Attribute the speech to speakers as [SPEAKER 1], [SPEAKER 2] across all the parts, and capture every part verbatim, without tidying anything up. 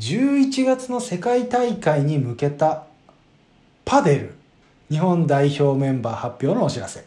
[SPEAKER 1] じゅういちがつの世界大会に向けたパデル日本代表メンバー発表のお知らせ。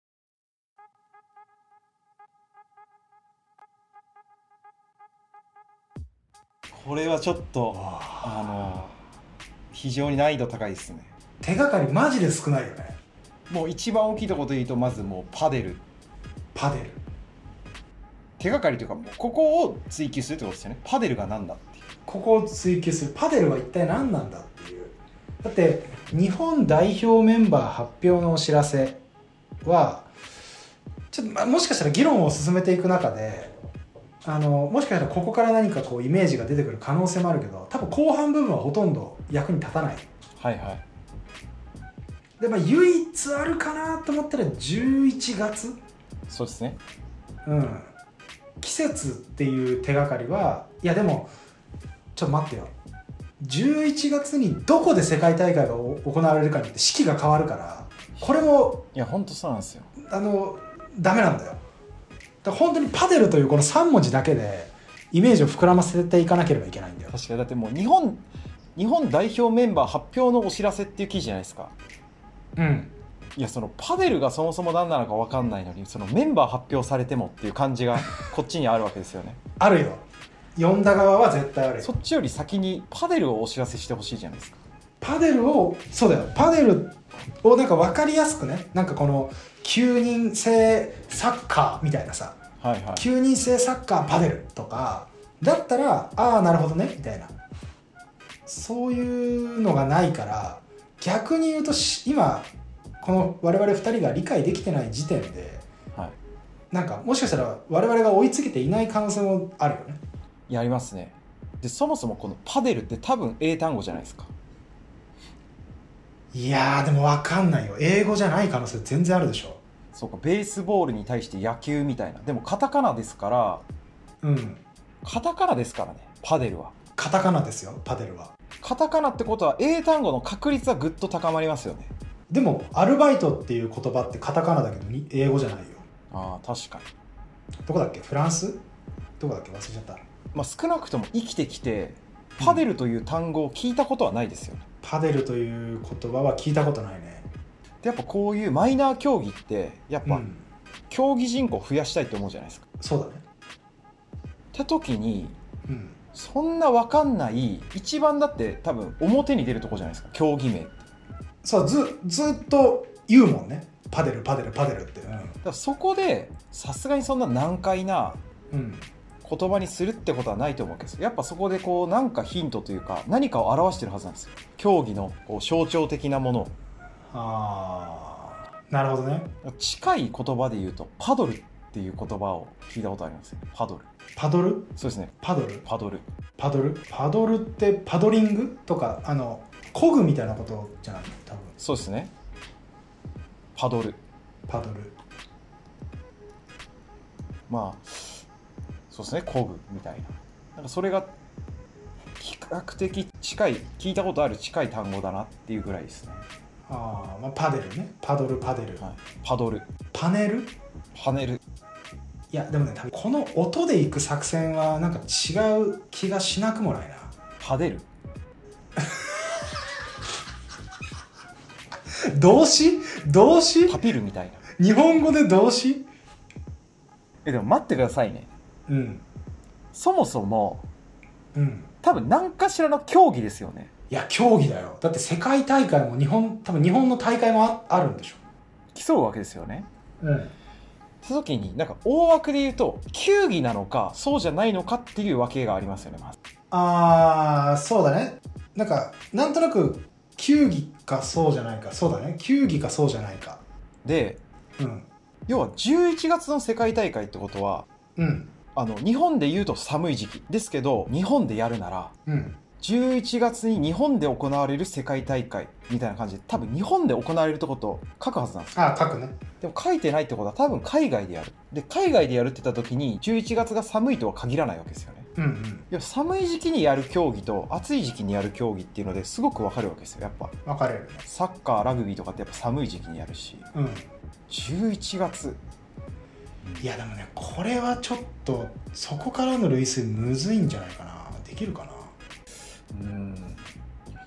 [SPEAKER 2] これはちょっとあの非常に難易度高いですね。
[SPEAKER 1] 手がかりマジで少ないよね。
[SPEAKER 2] もう一番大きいところで言うとまずもうパデル
[SPEAKER 1] パデル
[SPEAKER 2] 手がかりというかもうここを追求するってことですよね。パデルが何だっていう、
[SPEAKER 1] ここを追求する。パデルは一体何なんだっていう。だって日本代表メンバー発表のお知らせはちょっと、まあ、もしかしたら議論を進めていく中であのもしかしたらここから何かこうイメージが出てくる可能性もあるけど、多分後半部分はほとんど役に立たない。
[SPEAKER 2] はいはい。
[SPEAKER 1] で、まあ、唯一あるかなと思ったらじゅういちがつ。
[SPEAKER 2] そうですね。
[SPEAKER 1] うん季節っていう手がかりは、いやでもちょっと待ってよ、じゅういちがつにどこで世界大会が行われるかによって四季が変わるから、これも
[SPEAKER 2] いや本当そうなんですよ。
[SPEAKER 1] あのダメなんだよ。だから本当にパデルというこのさん文字だけでイメージを膨らませていかなければいけないんだよ。
[SPEAKER 2] 確かにだってもう日本日本代表メンバー発表のお知らせっていう記事じゃないですか。
[SPEAKER 1] うん
[SPEAKER 2] いやそのパデルがそもそも何なのか分かんないのに、そのメンバー発表されてもっていう感じがこっちにあるわけですよね。
[SPEAKER 1] あるよ、呼んだ側は絶対あるよ。
[SPEAKER 2] そっちより先にパデルをお知らせしてほしいじゃないですか。
[SPEAKER 1] パデルをそうだよ、パデルをなんか分かりやすくね、なんかこのきゅうにん制サッカーみたいなさ、
[SPEAKER 2] はいはい、
[SPEAKER 1] きゅうにん制サッカーパデルとかだったら、ああなるほどねみたいな、そういうのがないから、逆に言うと今この我々ふたりが理解できてない時点で、
[SPEAKER 2] はい、
[SPEAKER 1] なんかもしかしたら我々が追いつけていない可能性もあるよね。
[SPEAKER 2] いやありますね。でそもそもこのパデルって多分英単語じゃないですか。
[SPEAKER 1] いやーでも分かんないよ、英語じゃない可能性全然あるでしょ。
[SPEAKER 2] そうか、ベースボールに対して野球みたいな。でもカタカナですから、
[SPEAKER 1] うん
[SPEAKER 2] カタカナですからね、パデルは。
[SPEAKER 1] カタカナですよ、パデルは。
[SPEAKER 2] カタカナってことは英単語の確率はぐっと高まりますよね。
[SPEAKER 1] でもアルバイトっていう言葉ってカタカナだけど英語じゃないよ。
[SPEAKER 2] ああ確かに。
[SPEAKER 1] どこだっけ、フランスどこだっけ、忘れちゃった。
[SPEAKER 2] まあ少なくとも生きてきてパデルという単語を聞いたことはないですよね、うん、
[SPEAKER 1] パデルという言葉は聞いたことないね。
[SPEAKER 2] でやっぱこういうマイナー競技ってやっぱ、うん、競技人口を増やしたいと思うじゃないですか。
[SPEAKER 1] そうだね。
[SPEAKER 2] って時に、
[SPEAKER 1] うん、
[SPEAKER 2] そんな分かんない一番だって多分表に出るとこじゃないですか、競技名って。
[SPEAKER 1] そう ず, ずっと言うもんね、パデルパデルパデルって、うん、だ
[SPEAKER 2] からそこでさすがにそんな難解な言葉にするってことはないと思うけど、やっぱそこでこうなんかヒントというか何かを表してるはずなんですよ、競技のこう象徴的なものを。
[SPEAKER 1] あーなるほどね。
[SPEAKER 2] 近い言葉で言うとパドルっていう言葉を聞いたことありますね。パドル。
[SPEAKER 1] パドル。
[SPEAKER 2] そうですね、
[SPEAKER 1] パドル
[SPEAKER 2] パドル
[SPEAKER 1] パドルパドルってパドリングとかあの漕ぐみたいなことじゃない多分。
[SPEAKER 2] そうですね、パドル
[SPEAKER 1] パドル
[SPEAKER 2] まあそうですね、漕ぐみたいな、なんかそれが比較的近い、聞いたことある近い単語だなっていうぐらいですね。
[SPEAKER 1] あ、まあパデルね、パドルパデル、
[SPEAKER 2] はい、パドル
[SPEAKER 1] パネル
[SPEAKER 2] パネル。
[SPEAKER 1] いやでもね、多分この音でいく作戦はなんか違う気がしなくもないな。
[SPEAKER 2] パデル
[SPEAKER 1] 動詞動詞
[SPEAKER 2] パピルみたい
[SPEAKER 1] な。日本語で動詞。
[SPEAKER 2] えでも待ってくださいね。
[SPEAKER 1] うん。
[SPEAKER 2] そもそも、
[SPEAKER 1] うん。
[SPEAKER 2] 多分何かしらの競技ですよね。
[SPEAKER 1] いや競技だよ。だって世界大会も日本多分日本の大会も あ, あるんでしょ。
[SPEAKER 2] 競うわけですよね。
[SPEAKER 1] うん。
[SPEAKER 2] その時になんか大枠で言うと球技なのかそうじゃないのかっていうわけがありますよね。まず
[SPEAKER 1] あーそうだね。なんかなんとなく球技かそうじゃないか、そうだね、球技かそうじゃないか
[SPEAKER 2] で、
[SPEAKER 1] うん、
[SPEAKER 2] 要はじゅういちがつの世界大会ってことは、
[SPEAKER 1] うん、
[SPEAKER 2] あの日本で言うと寒い時期ですけど、日本でやるなら、うん、じゅういちがつに日本で行われる世界大会みたいな感じで、多分日本で行われるってことを書くはずなんですよ。
[SPEAKER 1] ああ書くね。で
[SPEAKER 2] も書いてないってことは多分海外でやる。で海外でやるって言った時にじゅういちがつが寒いとは限らないわけですよね。うんうん、いや寒い時期にやる競技と暑い時期にやる競技っていうのですごく分かるわけですよ。やっぱ
[SPEAKER 1] 分かれるね。
[SPEAKER 2] サッカーラグビーとかってやっぱ寒い時期にやるし、うん、じゅういちがつ、
[SPEAKER 1] いやでもねこれはちょっとそこからの類推むずいんじゃないかな。できるかな。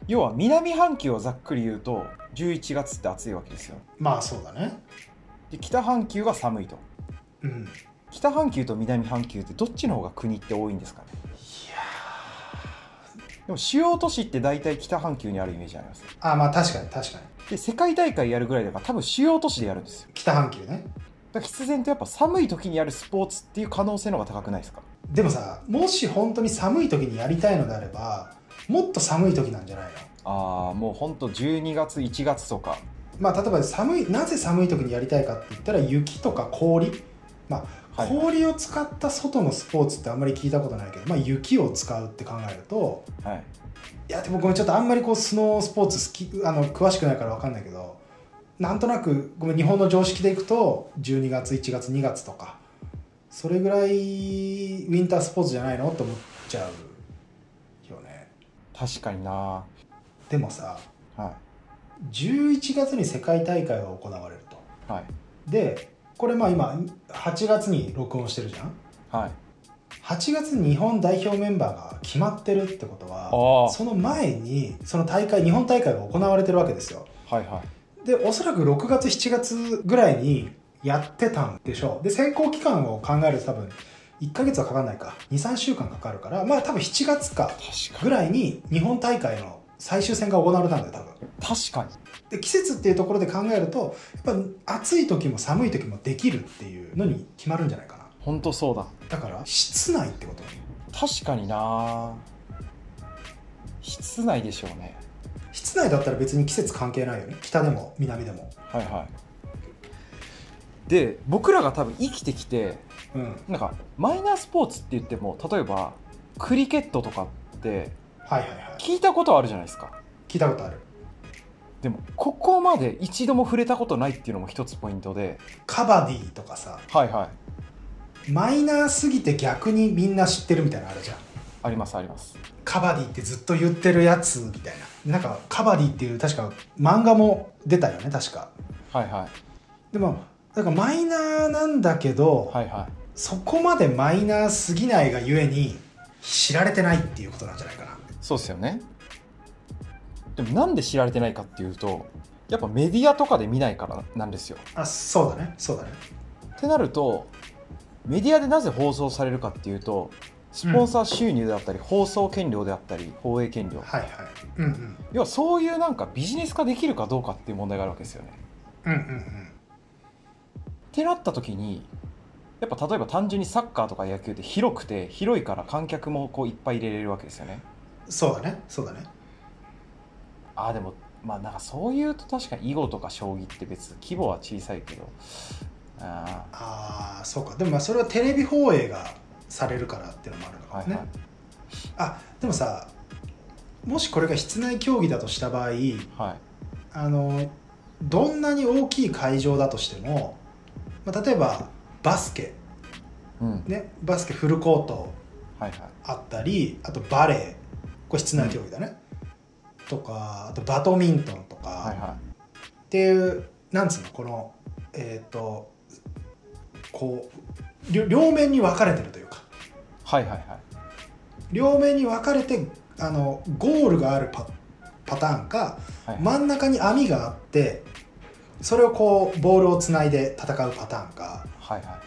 [SPEAKER 2] 要は南半球をざっくり言うとじゅういちがつって暑いわけですよ。
[SPEAKER 1] まあそうだね。
[SPEAKER 2] で北半球が寒いと。
[SPEAKER 1] うん。
[SPEAKER 2] 北半球と南半球ってどっちの方が国って多いんですかね。
[SPEAKER 1] いや
[SPEAKER 2] でも主要都市って大体北半球にあるイメージあります。
[SPEAKER 1] ああまあ確かに確かに。
[SPEAKER 2] で世界大会やるぐらいだから多分主要都市でやるんですよ。
[SPEAKER 1] 北半球ね。
[SPEAKER 2] だから必然とやっぱ寒い時にやるスポーツっていう可能性の方が高くないですか。
[SPEAKER 1] でもさ、もし本当に寒い時にやりたいのであればもっと寒い時なんじゃないの。
[SPEAKER 2] ああもうほんとじゅうにがついちがつとか。
[SPEAKER 1] まあ例えば寒いなぜ寒い時にやりたいかって言ったら雪とか氷、まあ、はい、氷を使った外のスポーツってあんまり聞いたことないけど、まあ、雪を使うって考えると、はい、いやでもごめんちょっとあんまりこうスノースポーツ好きあの詳しくないから分かんないけど、なんとなくごめん日本の常識でいくとじゅうにがついちがつにがつとかそれぐらいウィンタースポーツじゃないのって思っちゃうよね。
[SPEAKER 2] 確かにな。
[SPEAKER 1] でもさ、
[SPEAKER 2] はい、
[SPEAKER 1] じゅういちがつに世界大会が行われると、はい、でこれまあ今はちがつに録音してるじゃん、はい、はちがつに日本代表メンバーが決まってるってことはその前にその大会日本大会が行われてるわけですよ、はいはい、でおそらくろくがつしちがつぐらいにやってたんでしょう。で選考期間を考えると多分いっかげつはかかんないか にさんしゅうかんかかるからまあ多分しちがつかぐらいに日本大会の最終戦が行われたんだよ多分。
[SPEAKER 2] 確かに。
[SPEAKER 1] で季節っていうところで考えるとやっぱ暑い時も寒い時もできるっていうのに決まるんじゃないかな。
[SPEAKER 2] 本当そうだ。
[SPEAKER 1] だから室内ってこと。
[SPEAKER 2] 確かにな。室内でしょうね。
[SPEAKER 1] 室内だったら別に季節関係ないよね。北でも南でも。はいはい。
[SPEAKER 2] で僕らが多分生きてきて、うん、なんかマイナースポーツって言っても例えばクリケットとかって聞いたことあるじゃないですか。
[SPEAKER 1] 聞いたことある。
[SPEAKER 2] でもここまで一度も触れたことないっていうのも一つポイントで、
[SPEAKER 1] カバディとかさ、はいはい、マイナーすぎて逆にみんな知ってるみたいなのあるじゃん。
[SPEAKER 2] ありますあります。
[SPEAKER 1] カバディってずっと言ってるやつみたいな、なんかカバディっていう確か漫画も出たよね確か。はいはい。でもなんかマイナーなんだけど、はいはい、そこまでマイナーすぎないがゆえに知られてないっていうことなんじゃないかな。
[SPEAKER 2] そうですよね。でもなんで知られてないかっていうとやっぱメディアとかで見ないからなんですよ。
[SPEAKER 1] あ、そうだねそうだね。
[SPEAKER 2] ってなるとメディアでなぜ放送されるかっていうとスポンサー収入であったり、うん、放送権料であったり放映権料、はいはい、うんうん、要はそういうなんかビジネス化できるかどうかっていう問題があるわけですよね。うんうんうん。ってなった時にやっぱ例えば単純にサッカーとか野球って広くて広いから観客もこういっぱい入れれるわけですよね。
[SPEAKER 1] そうだねそうだね。
[SPEAKER 2] ああでもまあなんかそういうと確かに囲碁とか将棋って別に規模は小さいけど、
[SPEAKER 1] ああそうか。でもまあそれはテレビ放映がされるからっていうのもあるのかもね、はいはい、あでもさもしこれが室内競技だとした場合、はい、あのどんなに大きい会場だとしても、まあ、例えばバスケ、うんね、バスケフルコートあったり、はいはい、あとバレーこれ室内競技だね、うん、とかあとバドミントンとか、はいはい、っていうなんつうのこのえっ、ー、とこう両面に分かれてるというか、はいはいはい、両面に分かれてあのゴールがある パ, パターンか、はいはい、真ん中に網があってそれをこうボールをつないで戦うパターンか、はいはい、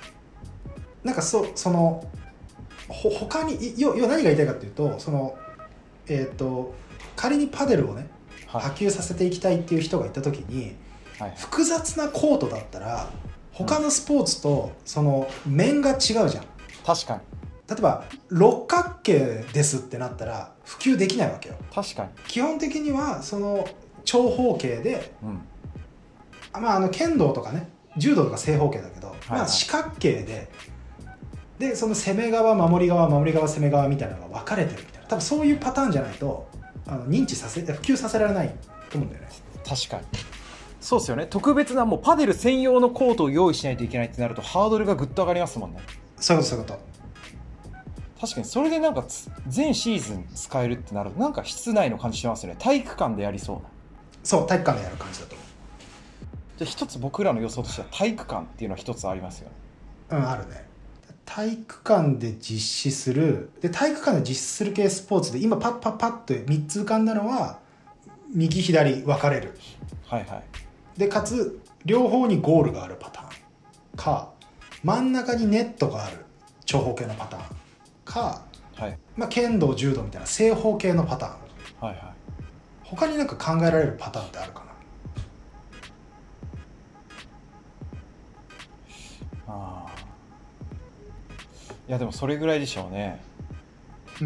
[SPEAKER 1] なんか そ, そのほ他に要は何が言いたいかっていうとその、えー、と仮にパデルをね、はい、波及させていきたいっていう人がいた時に、はい、複雑なコートだったら他のスポーツとその面が違うじゃん。
[SPEAKER 2] 確かに。
[SPEAKER 1] 例えば六角形ですってなったら普及できないわけよ。
[SPEAKER 2] 確かに。基
[SPEAKER 1] 本的にはその長方形で、うんまあ、あの剣道とかね柔道とか正方形だけど、はいはいまあ、四角形ででその攻め側守り側守り側攻め側みたいなのが分かれてるみたいな多分そういうパターンじゃないとあの認知させ普及させられないと思うんだよね。
[SPEAKER 2] 確かに。そうですよね。特別なもうパデル専用のコートを用意しないといけないってなるとハードルがぐっと上がりますもんね。
[SPEAKER 1] そういうことそういうこと。
[SPEAKER 2] 確かにそれでなんか全シーズン使えるってなるとなんか室内の感じしますよね。体育館でやりそうな。
[SPEAKER 1] そう体育館でやる感じだと思う。
[SPEAKER 2] じゃあ一つ僕らの予想としては体育館っていうのは一つありますよね。
[SPEAKER 1] うんあるね。体育館で実施するで体育館で実施する系スポーツで今パッパッパッとみっつ浮かんだのは右左分かれる、
[SPEAKER 2] はいはい、
[SPEAKER 1] でかつ両方にゴールがあるパターンか、真ん中にネットがある長方形のパターンか、
[SPEAKER 2] はい、
[SPEAKER 1] まあ、剣道柔道みたいな正方形のパターン、
[SPEAKER 2] はいはい、
[SPEAKER 1] 他になんか考えられるパターンってあるかな。
[SPEAKER 2] ああ、いやでもそれぐらいでしょうね。
[SPEAKER 1] うん。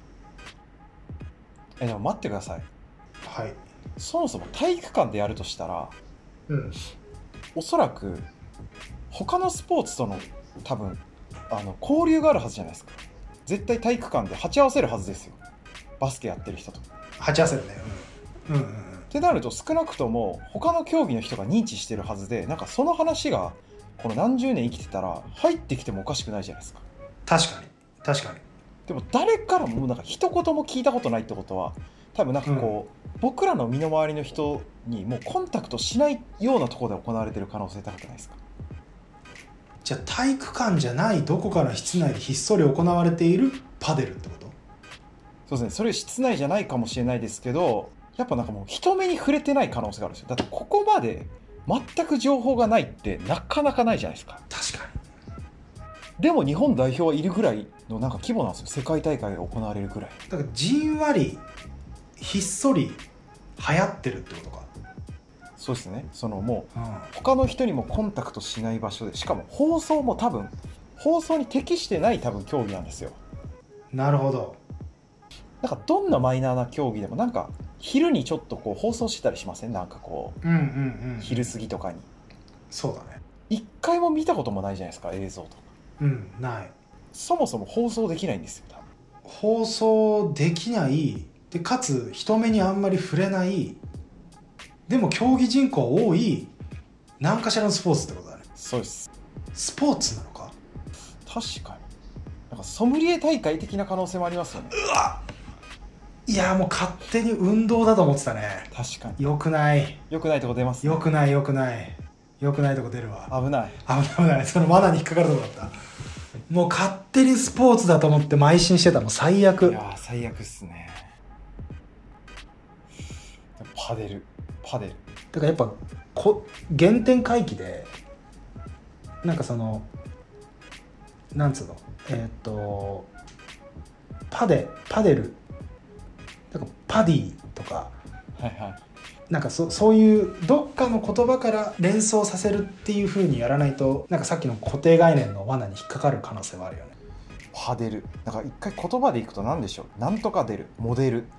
[SPEAKER 2] えでも待ってください。
[SPEAKER 1] はい。
[SPEAKER 2] そもそも体育館でやるとしたら、
[SPEAKER 1] うん、
[SPEAKER 2] おそらく他のスポーツとの多分あの交流があるはずじゃないですか。絶対体育館で鉢合わせるはずですよ、バスケやってる人と。
[SPEAKER 1] 鉢合わせるね。うん。うんうんうん。
[SPEAKER 2] ってなると少なくとも他の競技の人が認知してるはずで、なんかその話がこの何十年生きてたら入ってきてもおかしくないじゃないですか。
[SPEAKER 1] 確かに確かに。
[SPEAKER 2] でも誰からもなんか一言も聞いたことないってことは、多分なんかこう、うん、僕らの身の回りの人にもうコンタクトしないようなところで行われてる可能性高くないですか。
[SPEAKER 1] じゃあ体育館じゃないどこかの室内でひっそり行われているパデルってこと？
[SPEAKER 2] そうですね、それ室内じゃないかもしれないですけど、やっぱなんかもう人目に触れてない可能性があるんですよ。だってここまで全く情報がないってなかなかないじゃないですか。
[SPEAKER 1] 確かに。
[SPEAKER 2] でも日本代表はいるぐらいのなんか規模なんですよ、世界大会が行われるぐらい。
[SPEAKER 1] だからじんわりひっそり流行ってるってことか。
[SPEAKER 2] そうですね、そのもう、
[SPEAKER 1] うん、
[SPEAKER 2] 他の人にもコンタクトしない場所で、しかも放送も多分放送に適してない多分競技なんですよ。
[SPEAKER 1] なるほど。
[SPEAKER 2] なんかどんなマイナーな競技でもなんか昼にちょっとこう放送してたりしません？なんかこう、
[SPEAKER 1] うんうんうん、
[SPEAKER 2] 昼過ぎとかに。
[SPEAKER 1] そうだね。
[SPEAKER 2] 一回も見たこともないじゃないですか、映像とか。
[SPEAKER 1] うん、ない。
[SPEAKER 2] そもそも放送できないんですよ、多分。
[SPEAKER 1] 放送できないで、かつ人目にあんまり触れない、でも競技人口多い何かしらのスポーツってことだね。
[SPEAKER 2] そうです。
[SPEAKER 1] スポーツなのか。
[SPEAKER 2] 確かになんかソムリエ大会的な可能性もありますよね。
[SPEAKER 1] うわ、いやもう勝手に運動だと思ってたね。
[SPEAKER 2] 確かに
[SPEAKER 1] よくない
[SPEAKER 2] よくないとこ出ますね。
[SPEAKER 1] よくないよくないよくないとこ出るわ。
[SPEAKER 2] 危ない
[SPEAKER 1] 危ない危ない。その罠に引っかかるとこだった。もう勝手にスポーツだと思って邁進してたの最悪。
[SPEAKER 2] いや最悪っすね。パデルパデル
[SPEAKER 1] だからやっぱこ原点回帰でなんかそのなんつうのえー、っとパデパデルなんかパディとか、
[SPEAKER 2] はいはい、
[SPEAKER 1] なんか そ, そういうどっかの言葉から連想させるっていう風にやらないと、なんかさっきの固定概念の罠に引っかかる可能性はあるよね。
[SPEAKER 2] パデルなんか一回言葉でいくと何でしょう、なんとか出るモデル、うん、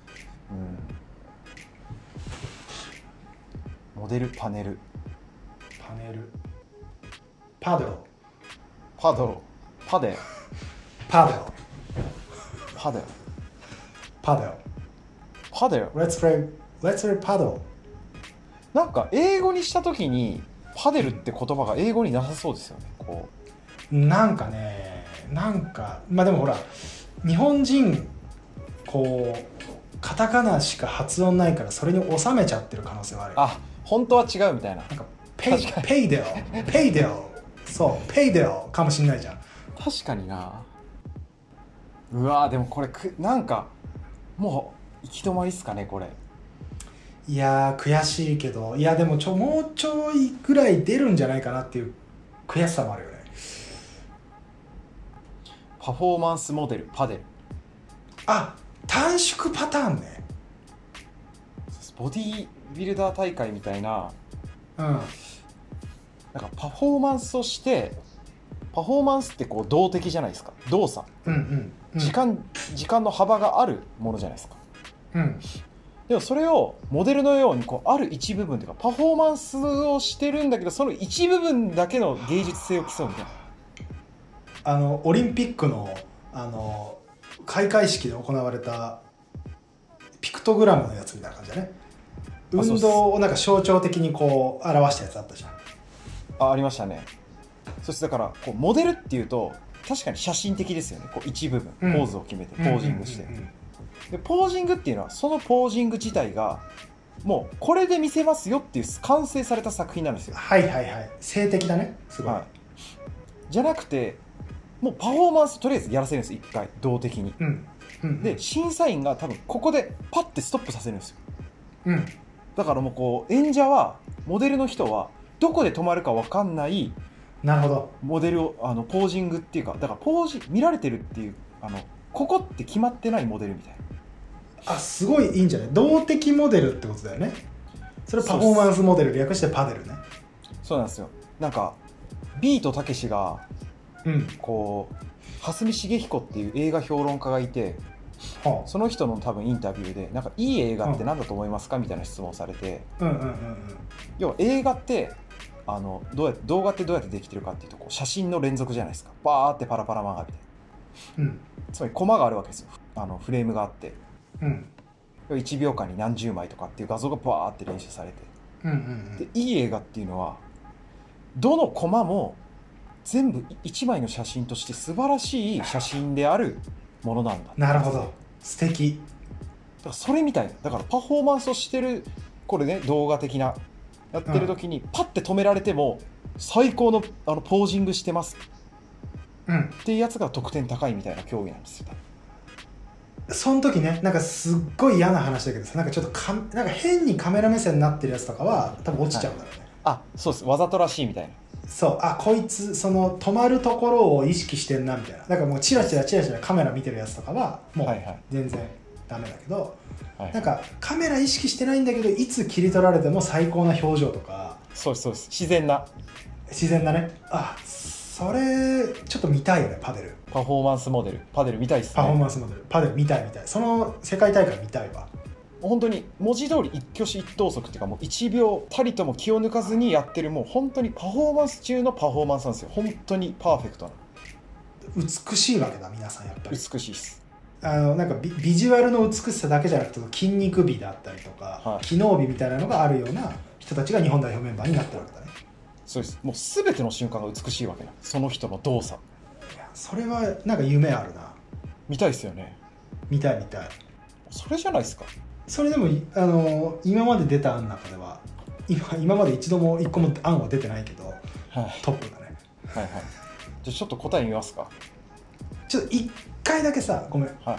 [SPEAKER 2] モデルパネル
[SPEAKER 1] パネルパドル
[SPEAKER 2] パドルパデル
[SPEAKER 1] パドル
[SPEAKER 2] パデル
[SPEAKER 1] パドル
[SPEAKER 2] パデル
[SPEAKER 1] Let's play Let's play パドル。
[SPEAKER 2] なんか英語にした時にパデルって言葉が英語になさそうですよね。こ
[SPEAKER 1] うなんかねなんかまあでもほら日本人こうカタカナしか発音ないからそれに収めちゃってる可能性はあるよ。
[SPEAKER 2] あ本当は違うみたいな。
[SPEAKER 1] なんかペイペイデルペイデルそうペイデルかもしんないじゃん。
[SPEAKER 2] 確かにな。うわでもこれくなんかもう行き止まりっすかねこれ。
[SPEAKER 1] いやー悔しいけど、いやでもちょもうちょいぐらい出るんじゃないかなっていう悔しさもあるよね。
[SPEAKER 2] パフォーマンスモデルパデル。
[SPEAKER 1] あ短縮パターンね。
[SPEAKER 2] ボディービルダー大会みたいな、
[SPEAKER 1] うん、
[SPEAKER 2] なんかパフォーマンスをしてパフォーマンスってこう動的じゃないですか、動作、
[SPEAKER 1] うんうんうん、
[SPEAKER 2] 時間時間の幅があるものじゃないですか、
[SPEAKER 1] うん、
[SPEAKER 2] でもそれをモデルのようにこうある一部分というかパフォーマンスをしてるんだけどその一部分だけの芸術性を競うみたいな。
[SPEAKER 1] あのオリンピックのあの開会式で行われたピクトグラムのやつみたいな感じだね。運動をなんか象徴的にこう表したやつあったじゃん。
[SPEAKER 2] あ、ありましたね。そしてだからこうモデルっていうと確かに写真的ですよね。こう一部分ポーズを決めてポージングして、でポージングっていうのはそのポージング自体がもうこれで見せますよっていう完成された作品なんですよ。
[SPEAKER 1] はいはいはい、性的だねすごい、はい、
[SPEAKER 2] じゃなくてもうパフォーマンスとりあえずやらせるんです一回動的に、
[SPEAKER 1] うんうんうん、
[SPEAKER 2] で審査員が多分ここでパッてストップさせるんですよ。
[SPEAKER 1] うん、
[SPEAKER 2] だからもうこう演者はモデルの人はどこで止まるか分かんない
[SPEAKER 1] なるほど
[SPEAKER 2] モデルをあのポージングっていうか、だからポージ見られてるっていう、あのここって決まってないモデルみたいな。
[SPEAKER 1] あ、すごいいいんじゃない。動的モデルってことだよね。それパフォーマンスモデル、略してパデルね。
[SPEAKER 2] そうなんですよ。なんかビートたけしが、
[SPEAKER 1] うん、
[SPEAKER 2] こう蓮見茂彦っていう映画評論家がいて、はあ、その人の多分インタビューでなんかいい映画って何だと思いますかみたいな質問をされて、うんうんうんうん、要は映画ってあのどうやって動画ってどうやってできてるかっていうとこう写真の連続じゃないですか。バーってパラパラ漫画みたいな、うん、つまりコマがあるわけですよ。あのフレームがあって、うん、いちびょうかんに何十枚とかっていう画像がバーって練習されて、うんうんうん、でいい映画っていうのはどのコマも全部いちまいの写真として素晴らしい写真であるものなんだ。
[SPEAKER 1] なるほど、素敵。
[SPEAKER 2] だからそれみたいな、だからパフォーマンスをしてる、これね動画的なやってる時にパッて止められても最高のあのポージングしてます、うん、っていうやつが得点高いみたいな競技なんですよ。
[SPEAKER 1] その時ね、なんかすっごい嫌な話だけどさ、なんかちょっとかなんか変にカメラ目線になってるやつとかは多分落ちちゃうんだろうね、はい、
[SPEAKER 2] あ、そうです、わざとらしいみたいな。
[SPEAKER 1] そう、あ、こいつその止まるところを意識してんなみたいな。だからもうチラチラチラチラカメラ見てるやつとかはもう全然ダメだけど、はいはい、なんかカメラ意識してないんだけどいつ切り取られても最高な表情とか。
[SPEAKER 2] そうですそうです、自然な
[SPEAKER 1] 自然なね。あ、それちょっと見たいよね。パデル
[SPEAKER 2] パフォーマンスモデル、パデル見たいっすね。
[SPEAKER 1] パフォーマンスモデルパデル見たい見たい。その世界大会見たいわ。
[SPEAKER 2] 本当に文字通り一挙手一投足っていうか、もういちびょうたりとも気を抜かずにやってる、もう本当にパフォーマンス中のパフォーマンスなんですよ。本当にパーフェクトな。
[SPEAKER 1] 美しいわけだ皆さん。やっぱり
[SPEAKER 2] 美しいっす。
[SPEAKER 1] あのなんか ビ, ビジュアルの美しさだけじゃなくて筋肉美だったりとか、はい、機能美みたいなのがあるような人たちが日本代表メンバーになってるわけだね。
[SPEAKER 2] そうです。もう全ての瞬間が美しいわけだ。その人の動作。
[SPEAKER 1] いや、それはなんか夢あるな。
[SPEAKER 2] 見たいですよね。
[SPEAKER 1] 見たい見たい。
[SPEAKER 2] それじゃないですか。
[SPEAKER 1] それでもあの今まで出た案の中では 今, 今まで一度も一個も案は出てないけど、はい、トップだね。
[SPEAKER 2] はいはい。じゃあちょっと答え見ますか。
[SPEAKER 1] ちょっと一回だけさ、ごめん、はい、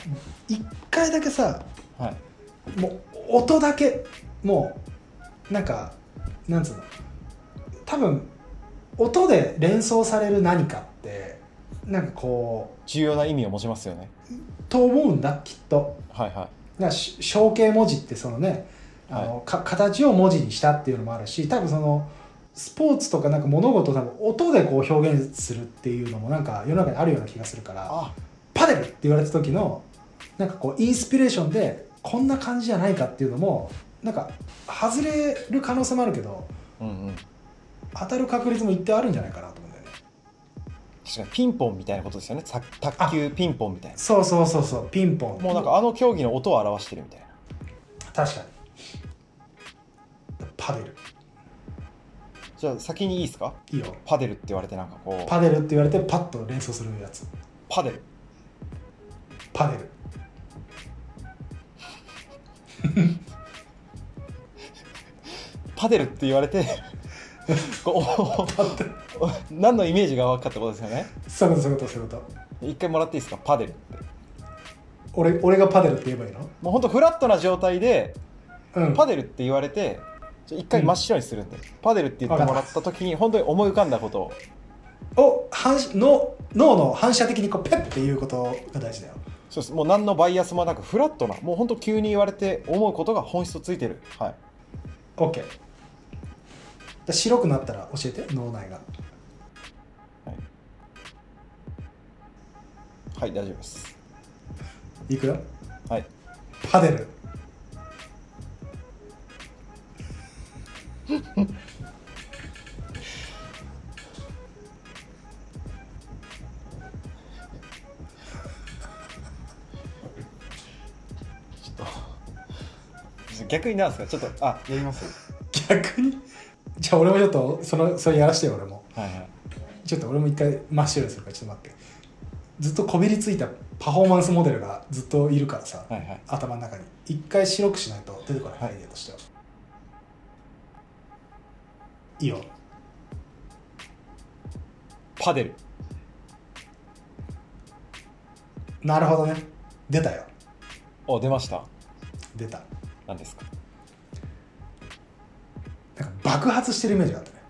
[SPEAKER 1] 一回だけさ、はい、もう音だけ、もうなんかなんつうの、多分音で連想される何かってなんかこう
[SPEAKER 2] 重要な意味を持ちますよね
[SPEAKER 1] と思うんだきっと。
[SPEAKER 2] はいはい。
[SPEAKER 1] だ象形文字ってそのね、あの、はい、か形を文字にしたっていうのもあるし、多分そのスポーツとかなんか物事を多分音でこう表現するっていうのもなんか世の中にあるような気がするから、あ、パデルって言われた時のなんかこうインスピレーションでこんな感じじゃないかっていうのもなんか外れる可能性もあるけど、うんうん、当たる確率も一定あるんじゃないかなと思うんだよね。
[SPEAKER 2] 確かにピンポンみたいなことですよね。卓球ピンポンみたいな。
[SPEAKER 1] そうそうそうそう、ピンポン。
[SPEAKER 2] もうなんかあの競技の音を表してるみたいな。
[SPEAKER 1] 確かに。パデル。
[SPEAKER 2] じゃあ先にいいですか。
[SPEAKER 1] いいよ。
[SPEAKER 2] パデルって言われてなんかこう。
[SPEAKER 1] パデルって言われてパッと連想するやつ。
[SPEAKER 2] パデル。
[SPEAKER 1] パデル。
[SPEAKER 2] パデルって言われてこう何のイメージが分かったことですよね。
[SPEAKER 1] そういうことそういうことそういうこと。
[SPEAKER 2] 一回もらっていいですか。パデルって。
[SPEAKER 1] 俺, 俺がパデルって言えばいいの。も
[SPEAKER 2] うほんとフラットな状態で、うん、パデルって言われて一回真っ白にするんで、うん、パデルって言ってもらった時に本当に思い浮かんだこと
[SPEAKER 1] をを反の脳の反射的にこうペッっていうことが大事だよ。
[SPEAKER 2] そうです。もう何のバイアスもなくフラットな、もう本当急に言われて思うことが本質ついてる。はい。
[SPEAKER 1] OK。 白くなったら教えて、脳内が。
[SPEAKER 2] はい、はい、大丈夫です。
[SPEAKER 1] いくよ。
[SPEAKER 2] はい。
[SPEAKER 1] パデル。
[SPEAKER 2] 逆になんですか。ちょっとあやります。
[SPEAKER 1] 逆にじゃあ俺もちょっとそのそれやらしてよ。俺も、はいはい、ちょっと俺も一回真っ白にするからちょっと待って。ずっとこびりついたパフォーマンスモデルがずっといるからさ、はいはい、頭の中に一回白くしないと出てこない、はい、アイデアとしては。いいよ。
[SPEAKER 2] パデル。
[SPEAKER 1] なるほどね。出たよ。
[SPEAKER 2] お、出ました。
[SPEAKER 1] 出た。
[SPEAKER 2] 何ですか。
[SPEAKER 1] なんか爆発してるイメージがあったね。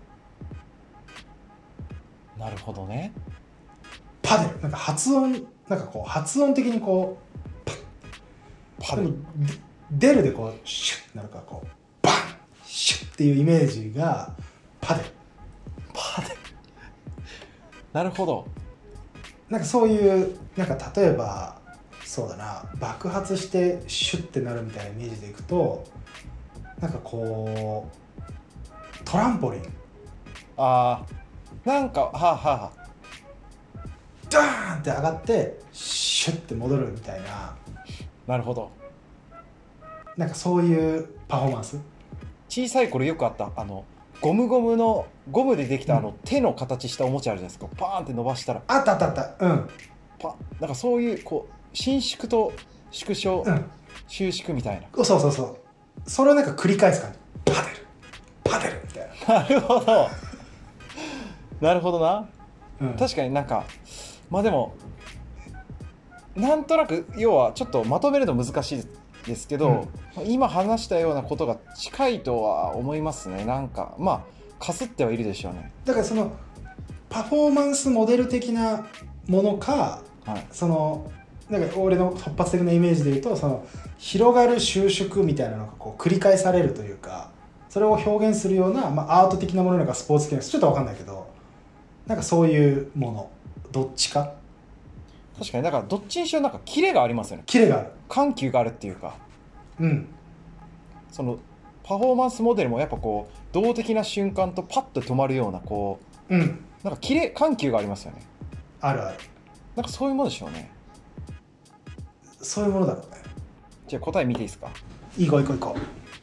[SPEAKER 2] なるほどね。
[SPEAKER 1] パデルなんか発音なんかこう発音的にこうパッパデルデルでこうシュッなるからこうバンシュッっていうイメージがパデル
[SPEAKER 2] パデルなるほど。
[SPEAKER 1] なんかそういうなんか例えばそうだな爆発してシュッってなるみたいなイメージでいくとなんかこうトランポリン
[SPEAKER 2] あーなんかはあはあ
[SPEAKER 1] ダーンって上がってシュッて戻るみたいな
[SPEAKER 2] なるほど。
[SPEAKER 1] なんかそういうパフォーマンス
[SPEAKER 2] 小さい頃よくあったあのゴムゴムのゴムでできたあの、
[SPEAKER 1] うん、
[SPEAKER 2] 手の形したおもちゃあるじゃないですか。パーンって伸ばしたら
[SPEAKER 1] あったあったあったうん
[SPEAKER 2] パなんかそういうこう伸縮と縮小、うん、収縮みたいな
[SPEAKER 1] そうそうそうそれをなんか繰り返す感じパデルパデルみたい
[SPEAKER 2] ななるほどなるほどな、うん、確かになんかまあでもなんとなく要はちょっとまとめるの難しいですけど、うん、今話したようなことが近いとは思いますね。なんかまあかすってはいるでしょうね。
[SPEAKER 1] だからそのパフォーマンスモデル的なものか、はい、そのなんか俺の突発的なイメージで言うとその広がる収縮みたいなのがこう繰り返されるというかそれを表現するような、まあ、アート的なものなのかスポーツ系なのかちょっと分かんないけどなんかそういうものどっちか
[SPEAKER 2] 確かにだからどっちにしろなんかキレがありますよね。
[SPEAKER 1] キレがある
[SPEAKER 2] 緩急があるっていうか
[SPEAKER 1] うん
[SPEAKER 2] そのパフォーマンスモデルもやっぱこう動的な瞬間とパッと止まるようなこう、うん、なんかキレ緩急がありますよね。
[SPEAKER 1] あるある
[SPEAKER 2] なんかそういうものでしょうね。
[SPEAKER 1] そういうものだろうね。
[SPEAKER 2] じゃあ答え見ていいですか。
[SPEAKER 1] いいこういこういこう。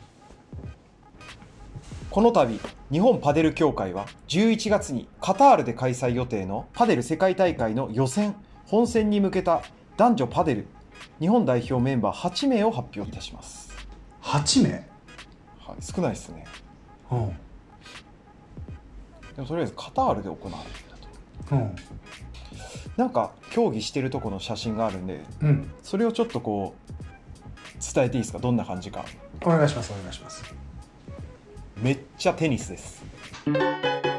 [SPEAKER 2] この度日本パデル協会はじゅういちがつにカタールで開催予定のパデル世界大会の予選本戦に向けた男女パデル日本代表メンバーはちめいを発表いたします。
[SPEAKER 1] はちめい、
[SPEAKER 2] はい、少ないですね。
[SPEAKER 1] うん、
[SPEAKER 2] でもとりあえずカタールで行われていたと、うん、なんか競技してるとこの写真があるんで、うん、それをちょっとこう伝えていいですか。どんな感じか。
[SPEAKER 1] お願いしますお願いします。
[SPEAKER 2] めっちゃテニスです。